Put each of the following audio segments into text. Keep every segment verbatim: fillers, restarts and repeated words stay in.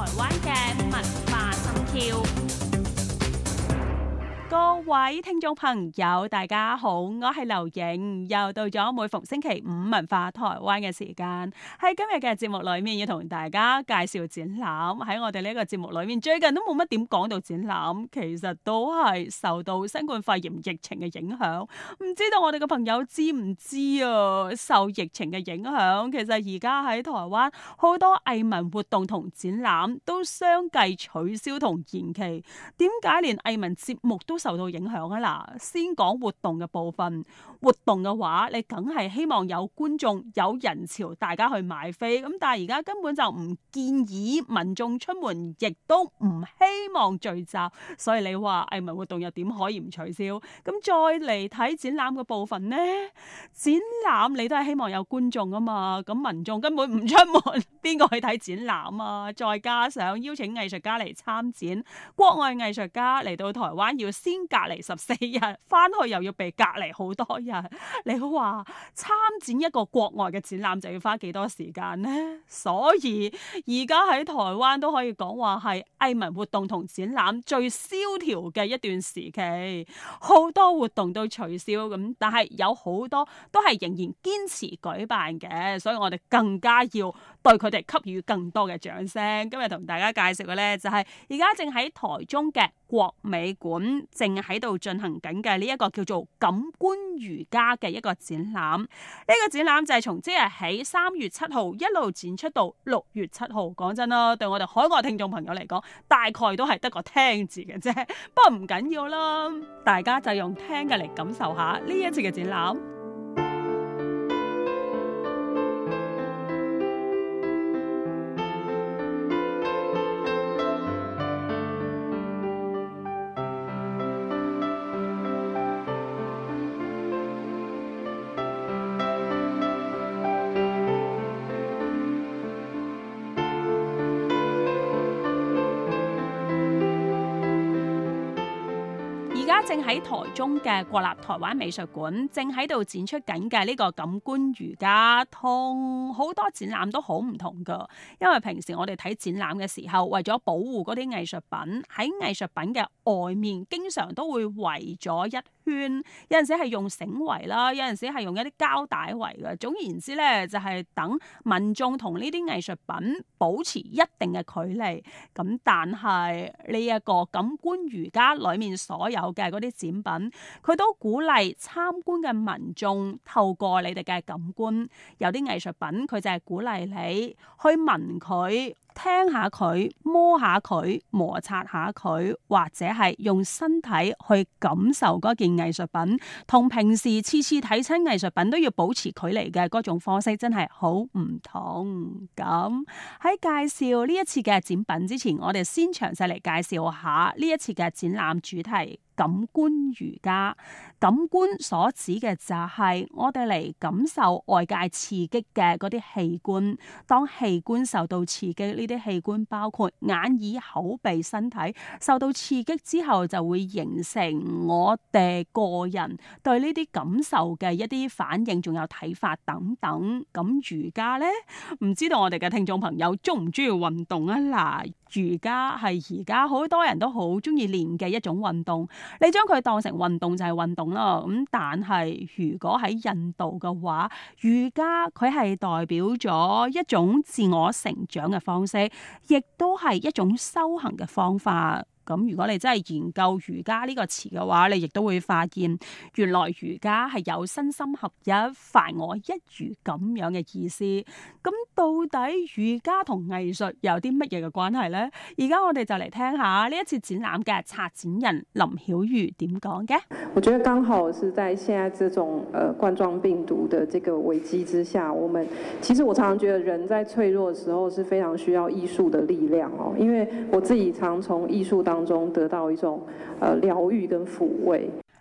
灣嘅文化心跳。各位聽眾朋友，大家好，我係劉瑩，又到咗每逢星期五文化台灣嘅時間。喺今日嘅節目裏面，要同大家介紹展覽。喺我哋呢個節目裏面，最近都冇乜點講到展覽，其實都係受到新冠肺炎疫情嘅影響。唔知道我哋嘅朋友知唔知啊？受疫情嘅影響，其實而家喺台灣好多藝文活動同展覽都相繼取消同延期。點解連藝文節目都受到影響啊？嗱，先講活動嘅部分。活動嘅話，你梗係希望有觀眾、有人潮，大家去買飛。咁但係而家根本就唔建議民眾出門，亦都唔希望聚集。所以你話藝文活動又點可以唔取消？咁再嚟睇展覽嘅部分呢？展覽你都係希望有觀眾啊嘛。咁民眾根本唔出門，邊個去睇展覽啊？再加上邀請藝術家嚟參展，國外藝術家嚟到台灣要先隔離十四日，翻去又要被隔離好多日。你話參展一個國外嘅展覽就要花幾多時間呢？所以而家喺台灣都可以講話係藝文活動同展覽最蕭條嘅一段時期，好多活動都取消咁，但係有好多都係仍然堅持舉辦嘅，所以我哋更加要對佢哋給予更多嘅掌聲。今日同大家介紹嘅呢，就係而家正喺台中嘅國美館正喺度進行緊嘅呢一個叫做感官瑜伽嘅一個展覽。呢、這個展覽就係從即日起三月七號一路展出到六月七號。講真啦，對我哋海外聽眾朋友嚟講，大概都係得個聽字嘅啫。不過唔緊要啦，大家就用聽嘅嚟感受下呢一次嘅展覽。而家正喺台中嘅國立台灣美術館正喺度展出緊嘅呢個感官瑜伽，同好多展覽都好唔同噶。因為平時我哋睇展覽嘅時候，為咗保護嗰啲藝術品，喺藝術品嘅外面經常都會圍咗一圈，有陣時係用繩圍啦，有陣時係用一啲膠帶圍嘅。總言之咧，就係等民眾同呢啲藝術品保持一定嘅距離。咁但係呢一個感官瑜伽裏面所有嘅嗰啲展品，佢都鼓勵參觀嘅民眾透過你哋嘅感官，有啲藝術品佢就係鼓勵你去聞佢，聽下佢，摸下佢，摩擦下佢，或者係用身體去感受嗰件藝術品，同平時次次睇親藝術品都要保持距離嘅嗰種方式真係好唔同。咁喺介紹呢一次嘅展品之前，我哋先詳細嚟介紹下呢一次嘅展覽主題。感官瑜伽，感官所指嘅就係我哋嚟感受外界刺激嘅嗰啲器官。當器官受到刺激，呢啲器官包括眼、耳、口、鼻、身體受到刺激之後，就會形成我哋個人對呢啲感受嘅一啲反應，仲有睇法等等。咁瑜伽呢，唔知道我哋嘅聽眾朋友中唔中意運動啊？嗱，瑜伽係而家好多人都好中意練嘅一種運動。你將佢當成運動就係運動啦，咁但係如果喺印度嘅話，瑜伽佢係代表咗一種自我成長嘅方式，亦都係一種修行嘅方法。咁如果你真係研究瑜伽呢個詞嘅話，你亦都會發現，原來瑜伽係有身心合一、凡我一如咁樣嘅意思。咁到底瑜伽同藝術有啲乜嘢嘅關係呢？而家我哋就嚟聽下呢一次展覽嘅策展人林曉瑜點講嘅。 我覺得剛好是在現在這種呃冠狀病毒的這個危機之下，我們其實我常常覺得人在脆弱的時候是非常需要藝術的力量哦，因為我自己常從藝術當中得到一種呃療癒跟撫慰。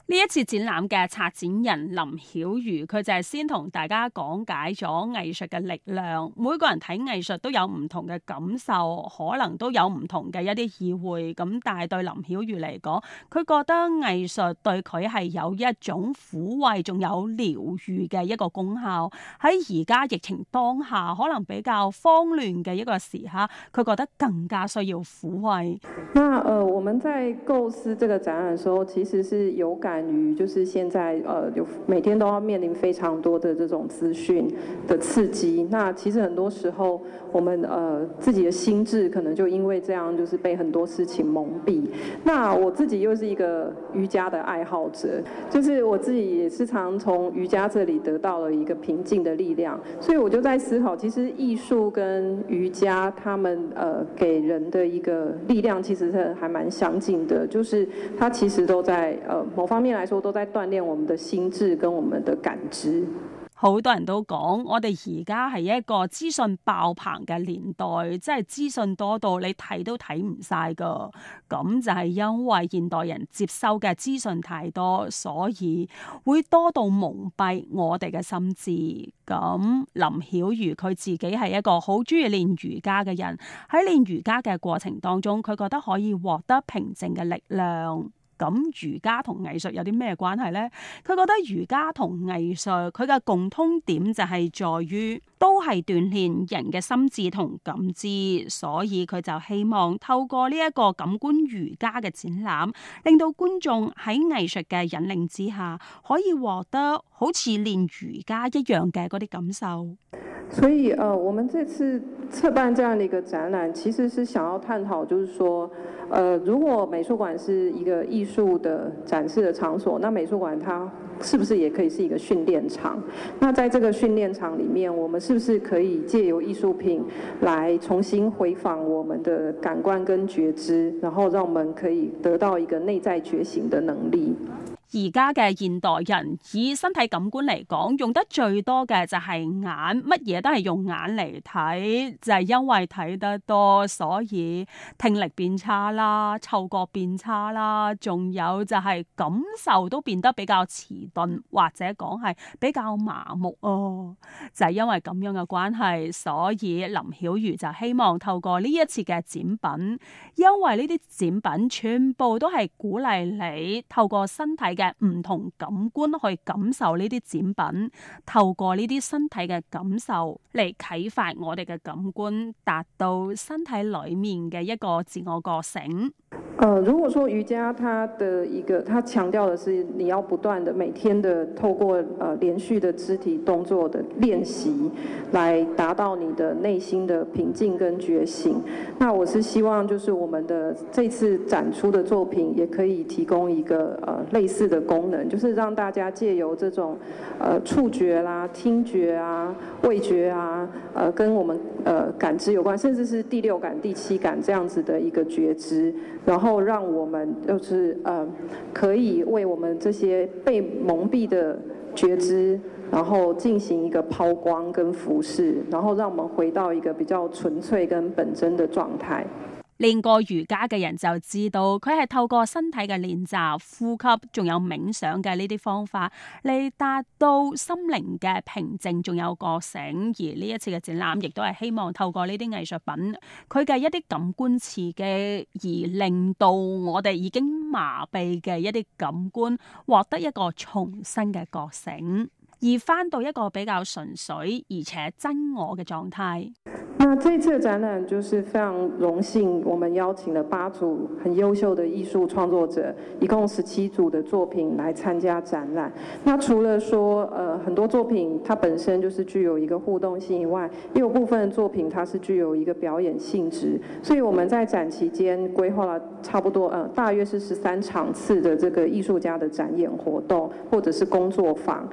呢一次展覽嘅策展人林曉如，佢就係先同大家講解咗藝術嘅力量。每個人睇藝術都有唔同嘅感受，可能都有唔同嘅一啲意會。咁但係對林曉如嚟講，佢覺得藝術對佢係有一種撫慰，仲有療愈嘅一個功效。喺而家疫情當下，可能比較慌亂嘅一個時刻，佢覺得更加需要撫慰。 那呃，我們在構思這個展覽的時候，其實是有感於，就是現在呃，有每天都要面臨非常多的這種資訊的刺激。那其實很多時候，我們呃自己的心智可能就因為這樣，就是被很多事情蒙蔽。那我自己又是一個瑜伽的愛好者，就是我自己也是常從瑜伽這裡得到了一個平靜的力量。所以我就在思考，其實藝術跟瑜伽，他們呃給人的一個力量，其實是還蠻相近的，就是它其實都在呃某方面來說，都在鍛鍊我們的心智跟我們的感知。 好多人都講，我哋而家係一個資訊爆棚嘅年代，即係資訊多到你睇都睇唔晒噶。咁就係因為現代人接收嘅資訊太多，所以會多到蒙蔽我哋嘅心智。咁林曉如佢自己係一個好中意練瑜伽嘅人，喺練瑜伽嘅過程當中，佢覺得可以獲得平靜嘅力量。咁瑜伽同藝術有啲咩關係呢？佢覺得瑜伽同藝術佢嘅共通點就係在於都係鍛煉人嘅心智同感知，所以佢就希望透過呢一個感官瑜伽嘅展覽，令到觀眾喺藝術嘅引領之下，可以獲得好似練瑜伽一樣嘅嗰啲感受。 所以呃，我們這次策辦這樣的一個展覽，其實是想要探討，就是說，呃，如果美術館是一個藝術的展示的場所，那美術館它是不是也可以是一個訓練場？那在這個訓練場裡面，我們是不是可以借由藝術品來重新回訪我們的感官跟覺知，然後讓我們可以得到一個內在覺醒的能力？ 而家嘅現代人以身體感官嚟講，用得最多嘅就係眼，乜嘢都係用眼嚟睇，就係因為睇得多，所以聽力變差啦，嗅覺變差啦，仲有就係感受都變得比較遲鈍，或者講係比較麻木哦。就係因為咁樣嘅關係，所以林曉如就希望透過呢一次嘅展品，因為呢啲展品全部都係鼓勵你透過身體嘅唔同感官去感受呢啲展品，透過呢啲身體嘅感受嚟啟發我哋嘅感官，達到身體裏面嘅一個自我覺醒。 呃，如果說瑜伽，它的一個，它強調的是你要不斷的每天的透過呃連續的肢體動作的練習，來達到你的內心的平靜跟覺醒。那我是希望，就是我們的這次展出的作品，也可以提供一個呃類似的功能，就是讓大家借由這種呃觸覺啦、聽覺啊、味覺啊，呃跟我們呃感知有關，甚至是第六感、第七感這樣子的一個覺知。然後讓我們就是呃可以為我們這些被蒙蔽的覺知，然後進行一個拋光跟俯視，然後讓我們回到一個比較純粹跟本真的狀態。 練過瑜伽嘅人就知道，佢係透過身體嘅練習、呼吸，仲有冥想嘅呢啲方法嚟達到心靈嘅平靜，仲有覺醒。而呢一次嘅展覽，亦都係希望透過呢啲藝術品，佢嘅一啲感官刺激，而令到我哋已經麻痹嘅一啲感官，獲得一個重新嘅覺醒，而返到一個比較純粹而且真我嘅狀態。 那這次的展覽就是非常榮幸，我們邀請了八組很優秀的藝術創作者，一共十七組的作品來參加展覽。那除了說，呃，很多作品它本身就是具有一個互動性以外，也有部分的作品它是具有一個表演性質。所以我們在展期間規劃了差不多，呃，大約是十三場次的這個藝術家的展演活動，或者是工作坊。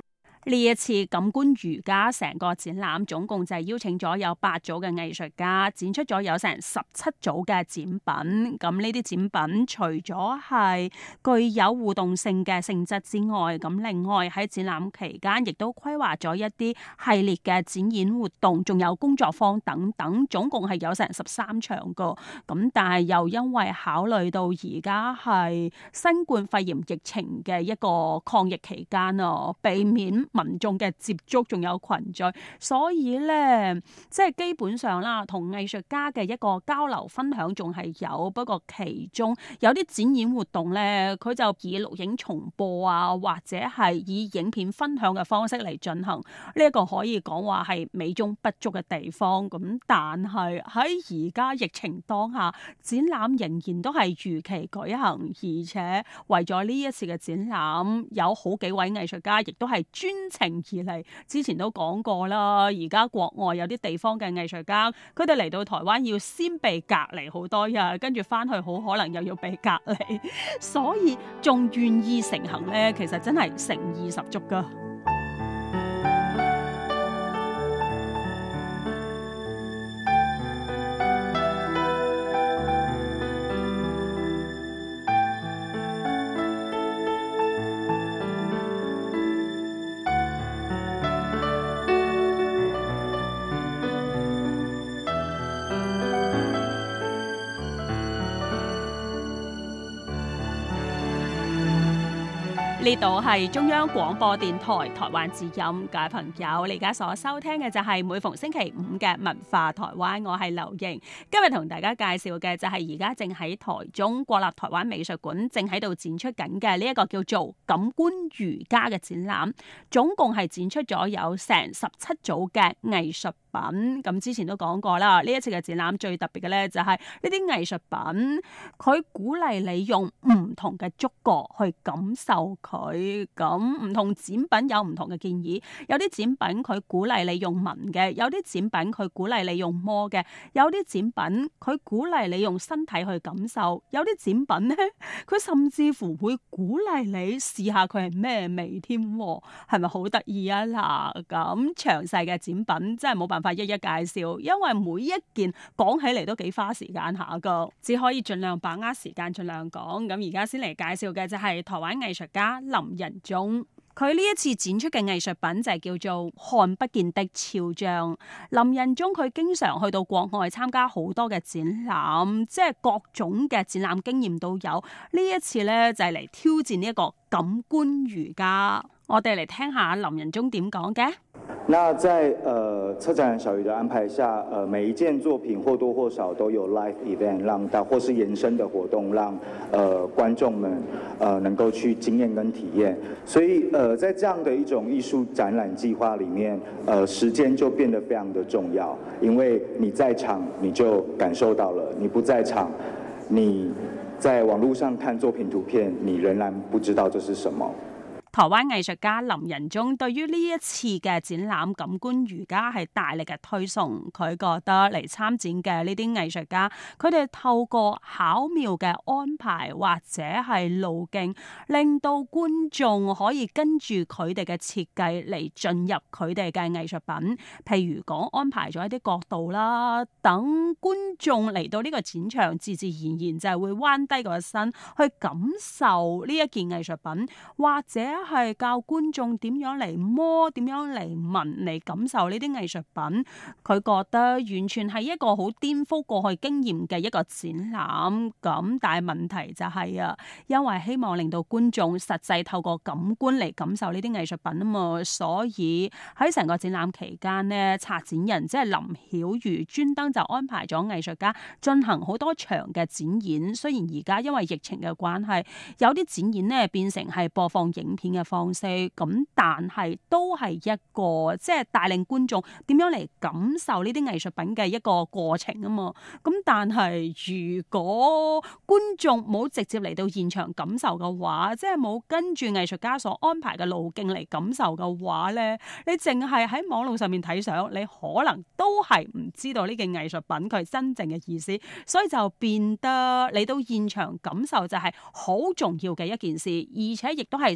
呢一次感官瑜伽成個展覽總共就係邀請咗有八組嘅藝術家，展出咗有成十七組嘅展品。咁呢啲展品除咗係具有互動性嘅性質之外，咁另外喺展覽期間亦都規劃咗一啲系列嘅展演活動，仲有工作坊等等，總共係有成十三場個。咁但係又因為考慮到而家係新冠肺炎疫情嘅一個抗疫期間啊，避免民眾嘅接觸仲有群聚，所以咧即係基本上啦，同藝術家嘅一個交流分享仲係有，不過其中有啲展演活動咧，佢就以錄影重播啊，或者係以影片分享嘅方式嚟進行，呢一個可以講話係美中不足嘅地方。咁但係喺而家疫情當下，展覽仍然都係如期舉行，而且為咗呢一次嘅展覽，有好幾位藝術家亦都係專程而嚟。之前都講過啦，而家國外有啲地方嘅藝術家，佢哋嚟到台灣要先被隔離好多日，跟住翻去好可能又要被隔離，所以仲願意成行呢，其實真係誠意十足噶。呢度係中央廣播電台台灣之音，各位朋友，你而家所收聽嘅就係每逢星期五嘅文化台灣，我係劉瑩。今日同大家介紹嘅就係而家正喺台中國立台灣美術館正喺度展出緊嘅呢一個叫做感官瑜伽嘅展覽，總共係展出咗有成十七組嘅藝術品。咁之前都講過啦，呢一次嘅展覽最特別嘅咧就係呢啲藝術品，佢鼓勵你用唔同嘅觸覺去感受佢。咁唔同展品有唔同嘅建議，有啲展品佢鼓勵你用聞嘅，有啲展品佢鼓勵你用摸嘅，有啲展品佢鼓勵你用身體去感受，有啲展品呢，佢甚至乎會鼓勵你試下佢係咩味添，係咪好得意啊？嗱，咁詳細嘅展品真係冇辦法一一介紹，因為每一件講起嚟都幾花時間下噶，只可以盡量把握時間盡量講。咁而家先嚟介紹嘅就係台灣藝術家林仁宗。佢呢一次展出嘅藝術品就係叫做看不見的肖像。林仁宗佢經常去到國外參加好多嘅展覽，即係各種嘅展覽經驗都有。呢一次呢，就係嚟挑戰呢一個感官瑜伽。我哋嚟聽下林仁宗點講嘅。 那在呃策展人小魚的安排下，呃每一件作品或多或少都有 live event， 讓大或是延伸的活動，讓呃觀眾們呃能夠去經驗跟體驗。所以呃在這樣的一種藝術展覽計劃裡面，呃時間就變得非常的重要，因為你在場你就感受到了，你不在場，你在網絡上看作品圖片，你仍然不知道這是什麼。 台灣藝術家林仁宗對於呢一次嘅展覽感官瑜伽係大力嘅推崇，佢覺得嚟參展嘅呢啲藝術家，佢哋透過巧妙嘅安排或者係路徑，令到觀眾可以跟住佢哋嘅設計嚟進入佢哋嘅藝術品。譬如講安排咗一啲角度啦，等觀眾嚟到呢個展場，自自然然就係會彎低個身去感受呢一件藝術品，或者係教觀眾點樣嚟摸，點樣嚟聞，嚟感受呢啲藝術品。佢覺得完全係一個好顛覆過去經驗嘅一個展覽。咁但係問題就係啊，因為希望令到觀眾實際透過感官嚟感受呢啲藝術品啊嘛，所以喺成個展覽期間呢，策展人即係林曉瑜專登就安排咗藝術家進行好多場嘅展演。雖然而家因為疫情嘅關係，有啲展演呢變成係播放影片嘅方式，咁但係都係一個即係帶領觀眾點樣嚟感受呢啲藝術品嘅一個過程啊嘛。咁但係如果觀眾冇直接嚟到現場感受嘅話，即係冇跟住藝術家所安排嘅路徑嚟感受嘅話咧，你淨係喺網絡上面睇相，你可能都係唔知道呢件藝術品佢真正嘅意思。所以就變得嚟到現場感受就係好重要嘅一件事，而且亦都係成個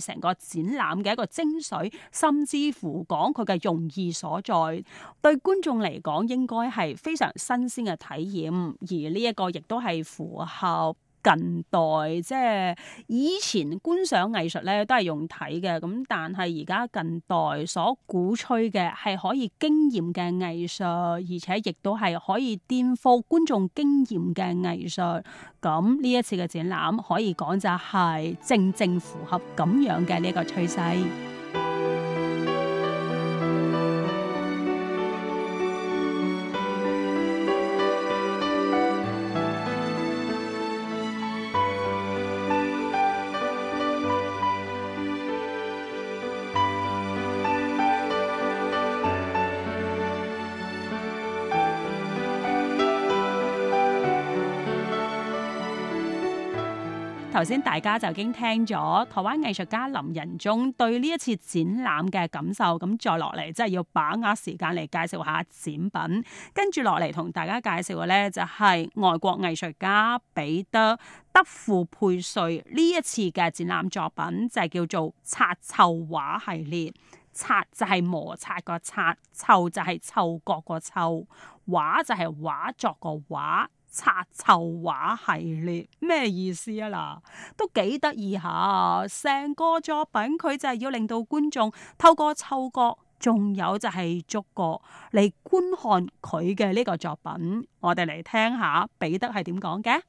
展覽嘅一個精髓，甚至乎講佢嘅用意所在，對觀眾嚟講應該係非常新鮮嘅體驗，而呢一個亦都係符合近代即係以前觀賞藝術咧都係用睇嘅，咁但係而家近代所鼓吹嘅係可以經驗嘅藝術，而且亦都係可以顛覆觀眾經驗嘅藝術。咁呢一次嘅展覽可以講就係正正符合咁樣嘅呢個趨勢。頭先大家就已經聽咗台灣藝術家林仁宗對呢一次展覽嘅感受，咁再落嚟真係要把握時間嚟介紹下展品。跟住落嚟同大家介紹嘅呢，就係外國藝術家彼得德富佩瑞呢一次嘅展覽作品，就係叫做擦嗅畫系列。擦就係摩擦個擦，嗅就係嗅覺個嗅，畫就係畫作個畫。擦嗅畫系列咩意思啊？嗱，都幾得意下，成個作品佢就係要令到觀眾透過嗅覺，仲有就係觸覺嚟觀看佢嘅呢個作品。我哋嚟聽下彼得係點講嘅。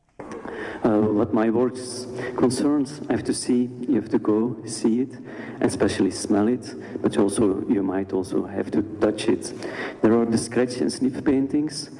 Uh, what my works concerns, I have to see, you have to go see it, and especially smell it, but also you might also have to touch it. There are the scratch and sniff paintings.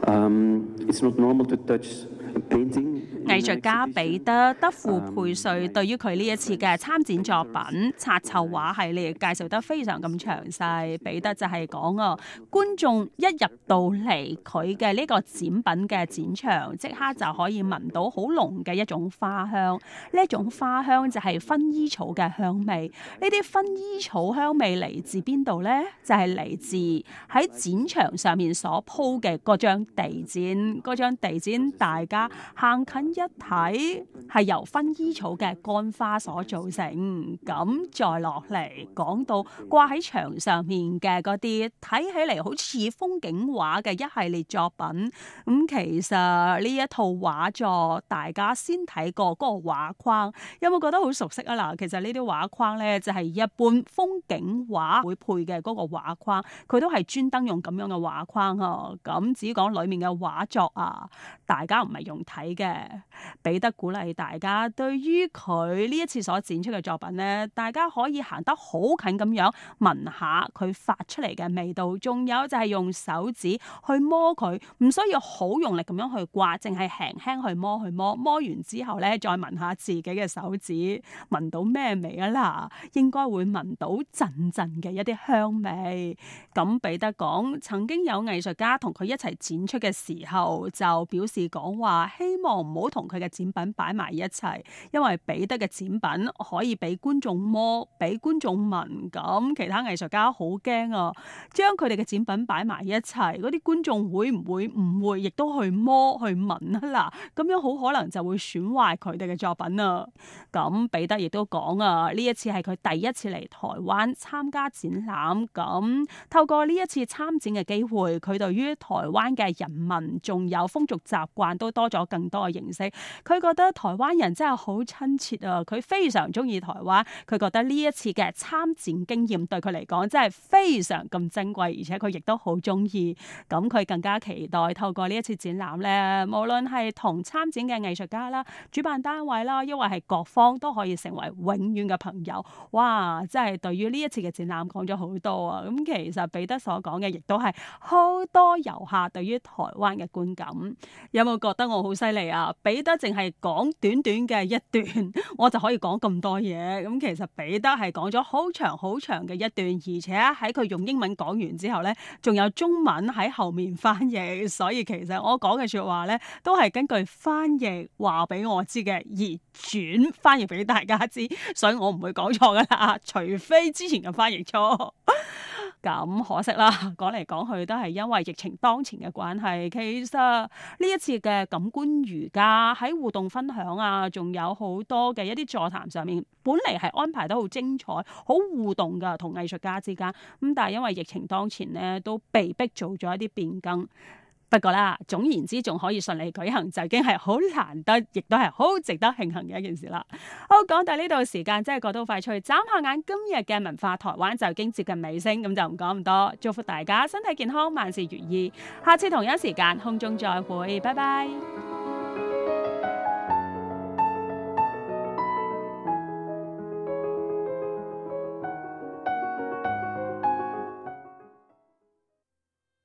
Um, it's not normal to touch a painting. 藝術家彼得德富佩瑞對於佢呢一次嘅參展作品擦嗅畫系列介紹得非常咁詳細。彼得就係講啊，觀眾一入到嚟佢嘅呢個展品嘅展場，即刻就可以聞到好濃嘅一種花香。呢一種花香就係薰衣草嘅香味。呢啲薰衣草香味嚟自邊度呢？就係、是、嚟自喺展場上面所鋪嘅嗰張地氈。嗰張地氈大家行近一睇係由薰衣草嘅乾花所造成，咁再落嚟講到掛喺牆上面嘅嗰啲睇起嚟好似風景畫嘅一系列作品，咁其實呢一套畫作大家先睇過嗰個畫框，有冇覺得好熟悉啊？嗱，其實呢啲畫框咧就係一般風景畫會配嘅嗰個畫框，佢都係專登用咁樣嘅畫框啊。咁只講裏面嘅畫作啊，大家唔係用睇嘅。彼得鼓勵大家，對於佢呢一次所展出嘅作品呢，大家可以行得好近咁樣聞下佢發出嚟嘅味道，仲有就係用手指去摸佢，唔需要好用力咁樣去刮，淨係輕輕去摸去摸，摸完之後呢，再聞下自己嘅手指，聞到咩味啊啦？應該會聞到陣陣嘅一啲香味。咁彼得講，曾經有藝術家同佢一齊展出嘅時候，就表示講話希望唔好同佢嘅展品擺埋一齊，因為彼得嘅展品可以俾觀眾摸，俾觀眾聞，咁其他藝術家好驚啊！將佢哋嘅展品擺埋一齊，嗰啲觀眾會唔會誤會，亦都去摸去聞啊？嗱，咁樣好可能就會損壞佢哋嘅作品啊！咁彼得亦都講啊，呢一次係佢第一次嚟台灣參加展覽，咁透過呢一次參展嘅機會，佢對於台灣嘅人民仲有風俗習慣都多咗更多嘅認識。佢覺得台灣人真係好親切啊！佢非常中意台灣，佢覺得呢一次嘅參展經驗對佢嚟講真係非常咁珍貴，而且佢亦都好中意。咁佢更加期待透過呢一次展覽咧，無論係同參展嘅藝術家啦、主辦單位啦，抑或係各方都可以成為永遠嘅朋友。哇！真係對於呢一次嘅展覽講咗好多啊！咁其實彼得所講嘅亦都係好多遊客對於台灣嘅觀感。有冇覺得我好犀利啊？彼得淨係講短短嘅一段，我就可以講咁多嘢。咁其實彼得係講咗好長好長嘅一段，而且喺佢用英文講完之後呢，仲有中文喺後面翻譯。所以其實我講嘅說話呢，都係根據翻譯話俾我知嘅而轉翻譯俾大家知，所以我唔會講錯噶啦，除非之前嘅翻譯錯。 咁可惜啦，講嚟講去都係因為疫情當前嘅關係。其實呢一次嘅感官瑜伽喺互動分享啊，仲有好多嘅一啲座談上面，本嚟係安排得好精彩、好互動噶，同藝術家之間。咁但係因為疫情當前呢，都被逼做咗一啲變更。不過啦，總言之，仲可以順利舉行，就已經係好難得，亦都係好值得慶幸嘅一件事啦。好，講到呢度時間真係過到快脆，眨下眼今日嘅文化台灣就已經接近尾聲，咁就唔講咁多。祝福大家身體健康，萬事如意。下次同一時間空中再會，拜拜。